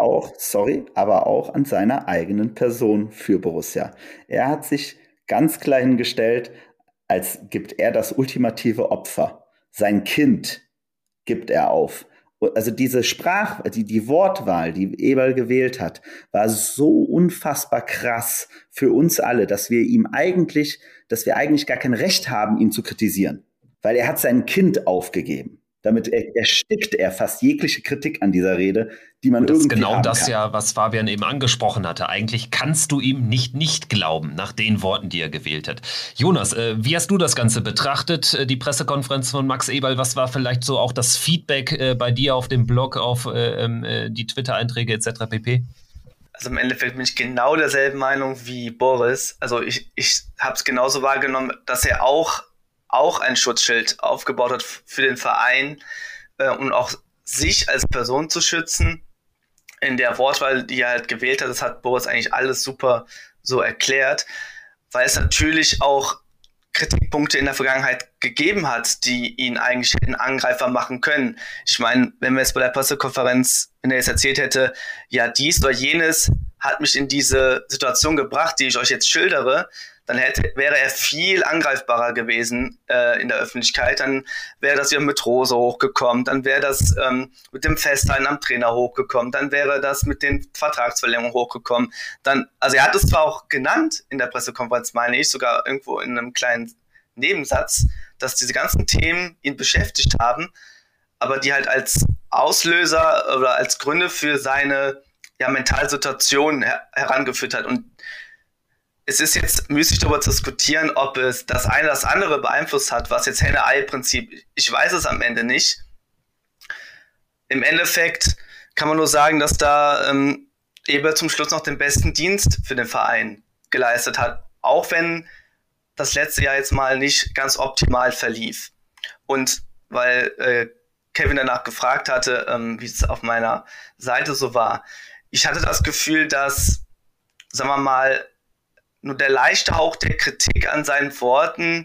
auch an seiner eigenen Person für Borussia. Er hat sich ganz klein gestellt, als gibt er das ultimative Opfer. Sein Kind gibt er auf. Also diese die Wortwahl, die Eberl gewählt hat, war so unfassbar krass für uns alle, dass wir eigentlich gar kein Recht haben, ihn zu kritisieren. Weil er hat sein Kind aufgegeben. Damit erstickt er fast jegliche Kritik an dieser Rede, die man irgendwie genau haben das kann. Ja, was Fabian eben angesprochen hatte. Eigentlich kannst du ihm nicht glauben, nach den Worten, die er gewählt hat. Jonas, wie hast du das Ganze betrachtet, die Pressekonferenz von Max Eberl? Was war vielleicht so auch das Feedback bei dir auf dem Blog, auf die Twitter-Einträge etc. pp.? Also im Endeffekt bin ich genau derselben Meinung wie Boris. Also ich habe es genauso wahrgenommen, dass er auch ein Schutzschild aufgebaut hat für den Verein, um auch sich als Person zu schützen. In der Wortwahl, die er halt gewählt hat, das hat Boris eigentlich alles super so erklärt, weil es natürlich auch Kritikpunkte in der Vergangenheit gegeben hat, die ihn eigentlich hätten Angreifer machen können. Ich meine, wenn wir jetzt bei der Pressekonferenz, wenn er jetzt erzählt hätte, ja, dies oder jenes hat mich in diese Situation gebracht, die ich euch jetzt schildere, dann wäre er viel angreifbarer gewesen in der Öffentlichkeit. Dann wäre das wieder mit Rose hochgekommen, dann wäre das mit dem Festhalten am Trainer hochgekommen, dann wäre das mit den Vertragsverlängerungen hochgekommen. Also er hat es zwar auch genannt in der Pressekonferenz, meine ich, sogar irgendwo in einem kleinen Nebensatz, dass diese ganzen Themen ihn beschäftigt haben, aber die halt als Auslöser oder als Gründe für seine Mentalsituation herangeführt hat. Und es ist jetzt müßig darüber zu diskutieren, ob es das eine oder das andere beeinflusst hat, was jetzt Henne-Ei-Prinzip, ich weiß es am Ende nicht. Im Endeffekt kann man nur sagen, dass da Eberl zum Schluss noch den besten Dienst für den Verein geleistet hat, auch wenn das letzte Jahr jetzt mal nicht ganz optimal verlief. Und weil Kevin danach gefragt hatte, wie es auf meiner Seite so war, ich hatte das Gefühl, dass, sagen wir mal, nur der leichte Hauch der Kritik an seinen Worten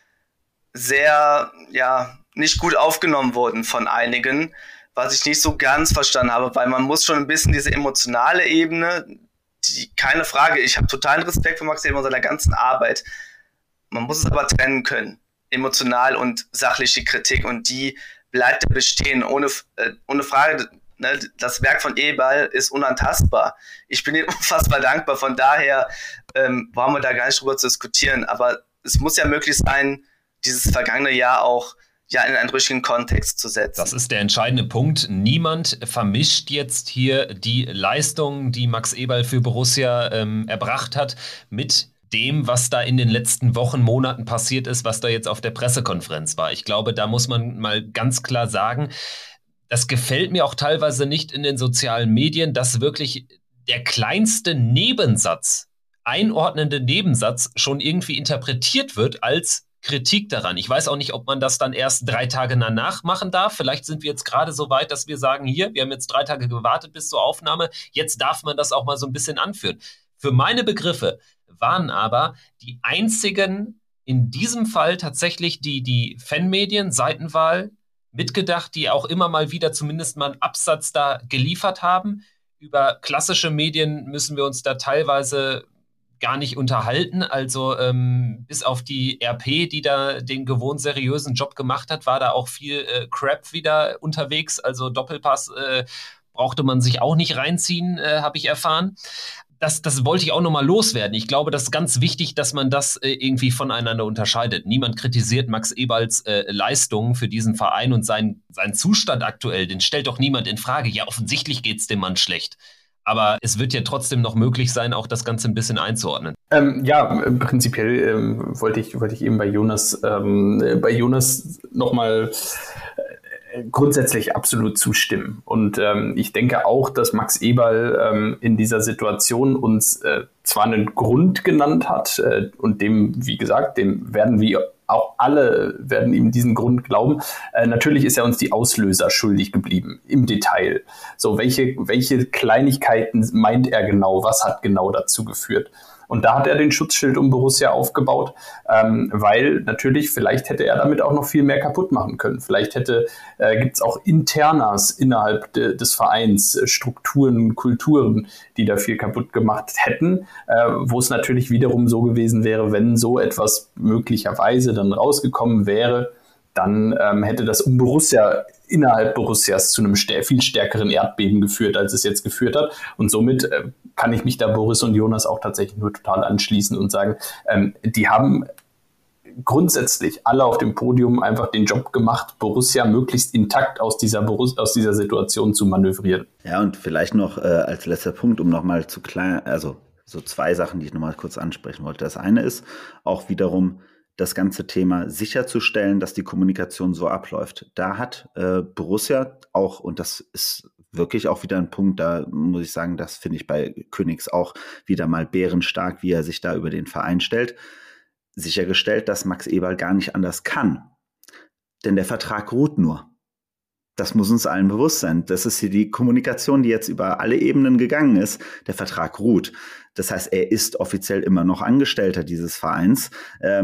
sehr, nicht gut aufgenommen wurden von einigen, was ich nicht so ganz verstanden habe, weil man muss schon ein bisschen diese emotionale Ebene, keine Frage, ich habe totalen Respekt vor Max Eberl und seiner ganzen Arbeit, man muss es aber trennen können, emotional und sachliche Kritik, und die bleibt ja bestehen, ohne Frage. Das Werk von Eberl ist unantastbar. Ich bin ihm unfassbar dankbar, von daher brauchen wir da gar nicht drüber zu diskutieren, aber es muss ja möglich sein, dieses vergangene Jahr auch in einen richtigen Kontext zu setzen. Das ist der entscheidende Punkt. Niemand vermischt jetzt hier die Leistung, die Max Eberl für Borussia erbracht hat, mit dem, was da in den letzten Wochen, Monaten passiert ist, was da jetzt auf der Pressekonferenz war. Ich glaube, da muss man mal ganz klar sagen, das gefällt mir auch teilweise nicht in den sozialen Medien, dass wirklich der kleinste Nebensatz, einordnende Nebensatz schon irgendwie interpretiert wird als Kritik daran. Ich weiß auch nicht, ob man das dann erst 3 Tage danach machen darf. Vielleicht sind wir jetzt gerade so weit, dass wir sagen, hier, wir haben jetzt 3 Tage gewartet bis zur Aufnahme, jetzt darf man das auch mal so ein bisschen anführen. Für meine Begriffe waren aber die einzigen, in diesem Fall tatsächlich die Fanmedien, Seitenwahl, mitgedacht, die auch immer mal wieder zumindest mal einen Absatz da geliefert haben. Über klassische Medien müssen wir uns da teilweise gar nicht unterhalten. Also bis auf die RP, die da den gewohnt seriösen Job gemacht hat, war da auch viel Crap wieder unterwegs. Also Doppelpass brauchte man sich auch nicht reinziehen, habe ich erfahren. Das wollte ich auch nochmal loswerden. Ich glaube, das ist ganz wichtig, dass man das irgendwie voneinander unterscheidet. Niemand kritisiert Max Eberls Leistungen für diesen Verein und seinen Zustand aktuell. Den stellt doch niemand in Frage. Ja, offensichtlich geht es dem Mann schlecht. Aber es wird ja trotzdem noch möglich sein, auch das Ganze ein bisschen einzuordnen. Prinzipiell wollte ich eben bei Jonas nochmal grundsätzlich absolut zustimmen. Und ich denke auch, dass Max Eberl in dieser Situation uns zwar einen Grund genannt hat und dem, wie gesagt, dem werden wir auch alle werden ihm diesen Grund glauben. Natürlich ist er uns die Auslöser schuldig geblieben, im Detail. So, welche Kleinigkeiten meint er genau? Was hat genau dazu geführt? Und da hat er den Schutzschild um Borussia aufgebaut, weil natürlich, vielleicht hätte er damit auch noch viel mehr kaputt machen können. Vielleicht gibt es auch Internas innerhalb des Vereins, Strukturen, Kulturen, die da viel kaputt gemacht hätten, wo es natürlich wiederum so gewesen wäre, wenn so etwas möglicherweise dann rausgekommen wäre, dann hätte das um Borussia innerhalb Borussias zu einem viel stärkeren Erdbeben geführt, als es jetzt geführt hat. Und somit kann ich mich da Boris und Jonas auch tatsächlich nur total anschließen und sagen, die haben grundsätzlich alle auf dem Podium einfach den Job gemacht, Borussia möglichst intakt aus dieser Situation zu manövrieren. Ja, und vielleicht noch als letzter Punkt, um nochmal so zwei Sachen, die ich nochmal kurz ansprechen wollte. Das eine ist auch wiederum das ganze Thema sicherzustellen, dass die Kommunikation so abläuft. Da hat Borussia auch, und das ist wirklich auch wieder ein Punkt, da muss ich sagen, das finde ich bei Königs auch wieder mal bärenstark, wie er sich da über den Verein stellt, sichergestellt, dass Max Eberl gar nicht anders kann. Denn der Vertrag ruht nur. Das muss uns allen bewusst sein. Das ist hier die Kommunikation, die jetzt über alle Ebenen gegangen ist. Der Vertrag ruht. Das heißt, er ist offiziell immer noch Angestellter dieses Vereins. Er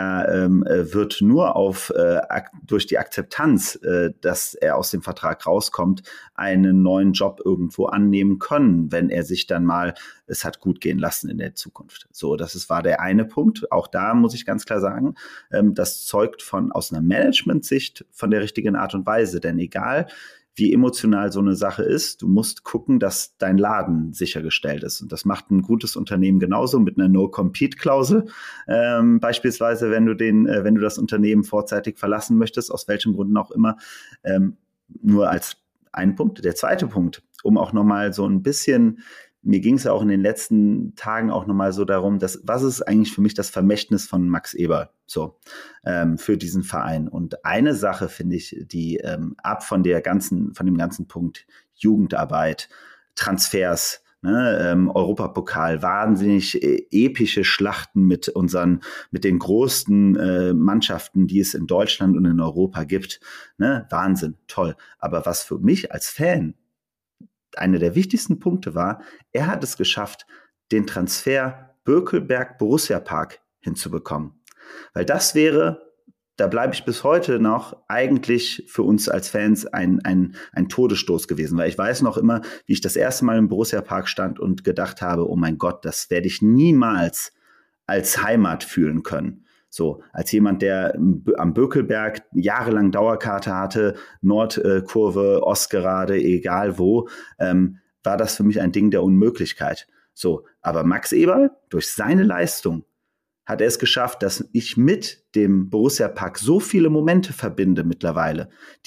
wird nur durch die Akzeptanz, dass er aus dem Vertrag rauskommt, einen neuen Job irgendwo annehmen können, wenn er sich dann mal es hat gut gehen lassen in der Zukunft. So, war der eine Punkt. Auch da muss ich ganz klar sagen, das zeugt aus einer Management-Sicht von der richtigen Art und Weise. Denn egal, wie emotional so eine Sache ist, du musst gucken, dass dein Laden sichergestellt ist. Und das macht ein gutes Unternehmen genauso mit einer No-Compete-Klausel. Beispielsweise, wenn du das Unternehmen vorzeitig verlassen möchtest, aus welchen Gründen auch immer. Nur als ein Punkt. Der zweite Punkt, um auch nochmal so ein bisschen, mir ging es ja auch in den letzten Tagen auch nochmal so darum, was ist eigentlich für mich das Vermächtnis von Max Eberl für diesen Verein. Und eine Sache finde ich, die ab von dem ganzen Punkt Jugendarbeit, Transfers, Europapokal, wahnsinnig epische Schlachten mit den größten Mannschaften, die es in Deutschland und in Europa gibt. Wahnsinn, toll. Aber was für mich als Fan einer der wichtigsten Punkte war, er hat es geschafft, den Transfer Bökelberg-Borussia-Park hinzubekommen. Weil das wäre, da bleibe ich bis heute noch, eigentlich für uns als Fans ein Todesstoß gewesen. Weil ich weiß noch immer, wie ich das erste Mal im Borussia-Park stand und gedacht habe, oh mein Gott, das werde ich niemals als Heimat fühlen können. So, als jemand, der am Bökelberg jahrelang Dauerkarte hatte, Nordkurve, Ostgerade, egal wo, war das für mich ein Ding der Unmöglichkeit. So, aber Max Eberl, durch seine Leistung, hat er es geschafft, dass ich mit dem Borussia-Park so viele Momente verbinde mittlerweile,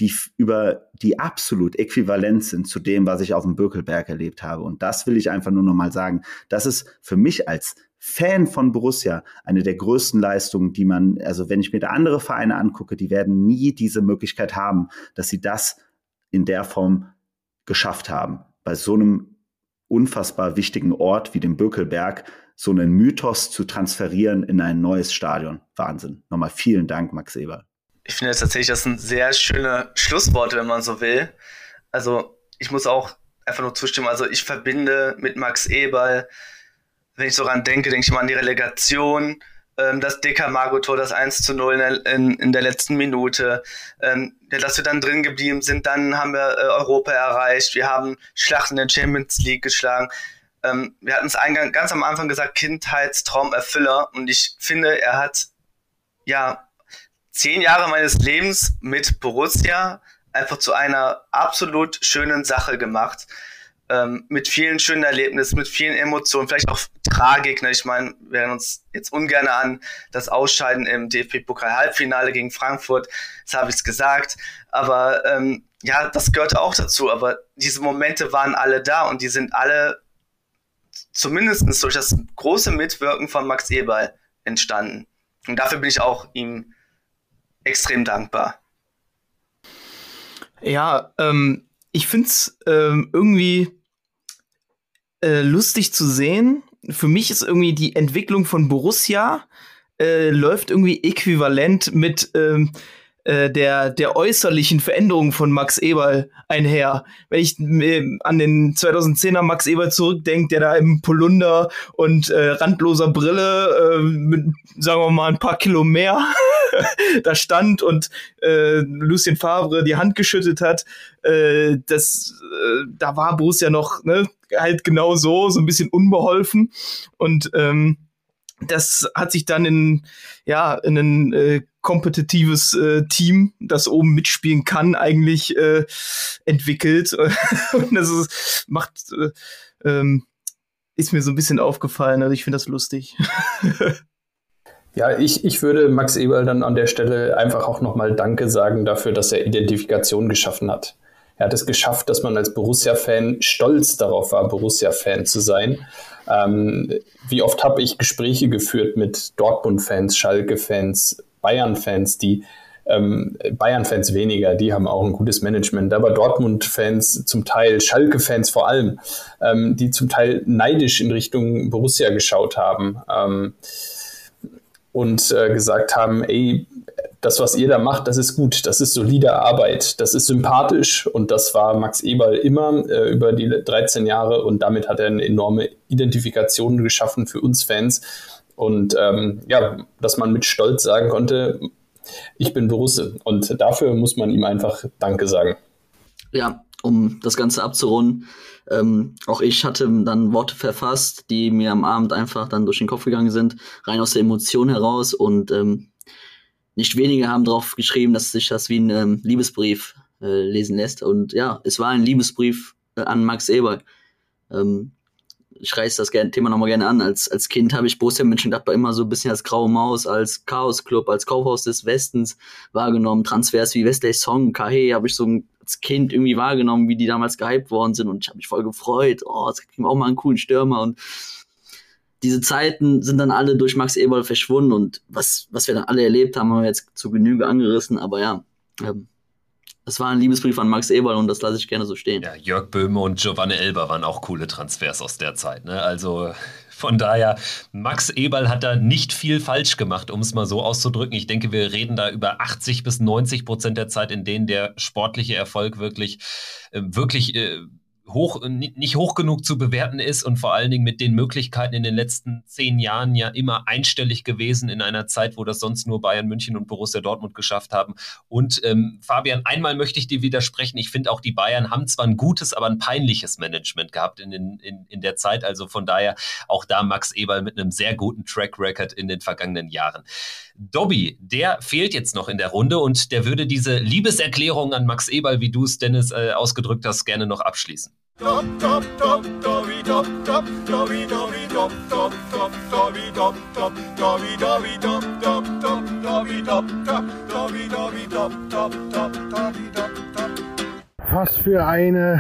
die absolut äquivalent sind zu dem, was ich auf dem Bökelberg erlebt habe. Und das will ich einfach nur noch mal sagen. Das ist für mich als Fan von Borussia eine der größten Leistungen, die wenn ich mir da andere Vereine angucke, die werden nie diese Möglichkeit haben, dass sie das in der Form geschafft haben. Bei so einem unfassbar wichtigen Ort wie dem Bökelberg so einen Mythos zu transferieren in ein neues Stadion. Wahnsinn. Nochmal vielen Dank, Max Eberl. Ich finde tatsächlich, das sind sehr schöne Schlussworte, wenn man so will. Also ich muss auch einfach nur zustimmen. Also ich verbinde mit Max Eberl, wenn ich so ran denke ich immer an die Relegation, das Decamargo-Tor, das 1:0 in der letzten Minute, dass wir dann drin geblieben sind, dann haben wir Europa erreicht, wir haben Schlachten in der Champions League geschlagen. Wir hatten es ganz am Anfang gesagt, Kindheitstraumerfüller, und ich finde, er hat 10 Jahre meines Lebens mit Borussia einfach zu einer absolut schönen Sache gemacht. Mit vielen schönen Erlebnissen, mit vielen Emotionen, vielleicht auch Tragik. Ich meine, wir erinnern uns jetzt ungern an das Ausscheiden im DFB-Pokal-Halbfinale gegen Frankfurt. Das habe ich gesagt. Aber das gehörte auch dazu. Aber diese Momente waren alle da, und die sind alle zumindest durch das große Mitwirken von Max Eberl entstanden. Und dafür bin ich auch ihm extrem dankbar. Ja, ich finde es irgendwie lustig zu sehen. Für mich ist irgendwie die Entwicklung von Borussia läuft irgendwie äquivalent mit der äußerlichen Veränderung von Max Eberl einher. Wenn ich an den 2010er Max Eberl zurückdenke, der da im Polunder und randloser Brille mit, sagen wir mal, ein paar Kilo mehr da stand und Lucien Favre die Hand geschüttet hat, da war Borussia noch, ne, halt genau so ein bisschen unbeholfen und das hat sich dann in ein kompetitives Team, das oben mitspielen kann, eigentlich entwickelt. Und das ist mir so ein bisschen aufgefallen. Also ich finde das lustig. Ja, ich würde Max Eberl dann an der Stelle einfach auch nochmal Danke sagen dafür, dass er Identifikation geschaffen hat. Er hat es geschafft, dass man als Borussia-Fan stolz darauf war, Borussia-Fan zu sein. Wie oft habe ich Gespräche geführt mit Dortmund-Fans, Schalke-Fans, Bayern-Fans, Bayern-Fans weniger, die haben auch ein gutes Management, aber Dortmund-Fans zum Teil, Schalke-Fans vor allem, die zum Teil neidisch in Richtung Borussia geschaut haben und gesagt haben, ey, das, was ihr da macht, das ist gut, das ist solide Arbeit, das ist sympathisch und das war Max Eberl immer über die 13 Jahre und damit hat er eine enorme Identifikation geschaffen für uns Fans und dass man mit Stolz sagen konnte, ich bin Borusse und dafür muss man ihm einfach Danke sagen. Ja, um das Ganze abzurunden, auch ich hatte dann Worte verfasst, die mir am Abend einfach dann durch den Kopf gegangen sind, rein aus der Emotion heraus und nicht wenige haben drauf geschrieben, dass sich das wie ein Liebesbrief lesen lässt. Und ja, es war ein Liebesbrief an Max Eberl. Ich reiße das Thema nochmal gerne an. Als Kind habe ich Borussia Mönchengladbach immer so ein bisschen als graue Maus, als Chaos-Club, als Kaufhaus des Westens wahrgenommen. Transfers wie Wesley Song, Kahé habe ich so als Kind irgendwie wahrgenommen, wie die damals gehypt worden sind. Und ich habe mich voll gefreut. Oh, jetzt kriegen wir auch mal einen coolen Stürmer. Und diese Zeiten sind dann alle durch Max Eberl verschwunden und was wir dann alle erlebt haben, haben wir jetzt zu Genüge angerissen, aber ja, das war ein Liebesbrief an Max Eberl und das lasse ich gerne so stehen. Ja, Jörg Böhme und Giovanni Elber waren auch coole Transfers aus der Zeit, ne? Also von daher, Max Eberl hat da nicht viel falsch gemacht, um es mal so auszudrücken. Ich denke, wir reden da über 80-90% der Zeit, in denen der sportliche Erfolg wirklich nicht hoch genug zu bewerten ist und vor allen Dingen mit den Möglichkeiten in den letzten 10 Jahren ja immer einstellig gewesen in einer Zeit, wo das sonst nur Bayern München und Borussia Dortmund geschafft haben. Und Fabian, einmal möchte ich dir widersprechen. Ich finde auch, die Bayern haben zwar ein gutes, aber ein peinliches Management gehabt in der Zeit. Also von daher auch da Max Eberl mit einem sehr guten Track Record in den vergangenen Jahren. Dobby, der fehlt jetzt noch in der Runde und der würde diese Liebeserklärung an Max Eberl, wie du es, Dennis, ausgedrückt hast, gerne noch abschließen. Was für eine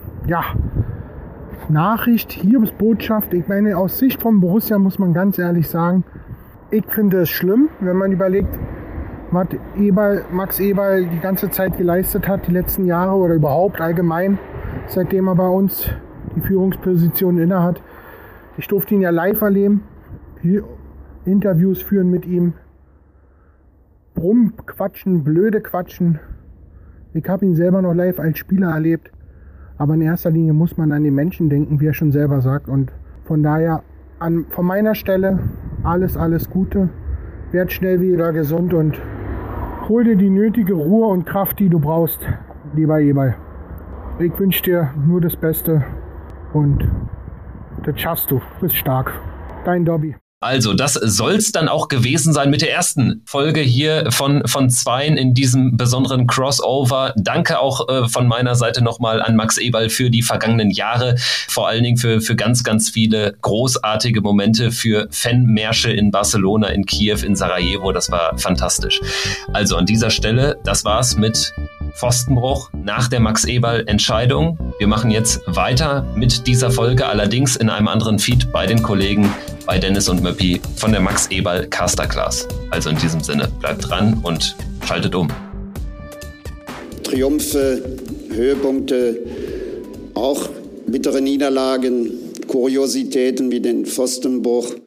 Nachricht, Hiobsbotschaft. Ich meine, aus Sicht von Borussia muss man ganz ehrlich sagen, ich finde es schlimm, wenn man überlegt, was Max Eberl die ganze Zeit geleistet hat, die letzten Jahre oder überhaupt allgemein, seitdem er bei uns die Führungsposition innehat. Ich durfte ihn ja live erleben, Interviews führen mit ihm, rumquatschen, blöde quatschen. Ich habe ihn selber noch live als Spieler erlebt, aber in erster Linie muss man an den Menschen denken, wie er schon selber sagt. Und von daher von meiner Stelle alles Gute, werd schnell wieder gesund und hol dir die nötige Ruhe und Kraft, die du brauchst, lieber Eberl. Ich wünsche dir nur das Beste und das schaffst du. Bist stark. Dein Dobby. Also, das soll's dann auch gewesen sein mit der ersten Folge hier von Zweien in diesem besonderen Crossover. Danke auch von meiner Seite nochmal an Max Eberl für die vergangenen Jahre, vor allen Dingen für ganz, ganz viele großartige Momente, für Fanmärsche in Barcelona, in Kiew, in Sarajevo. Das war fantastisch. Also an dieser Stelle, das war's mit Pfostenbruch nach der Max-Eberl-Entscheidung. Wir machen jetzt weiter mit dieser Folge, allerdings in einem anderen Feed bei den Kollegen, bei Dennis und Möppi von der Max-Eberl Casterclass. Also in diesem Sinne, bleibt dran und schaltet um. Triumphe, Höhepunkte, auch bittere Niederlagen, Kuriositäten wie den Pfostenbruch.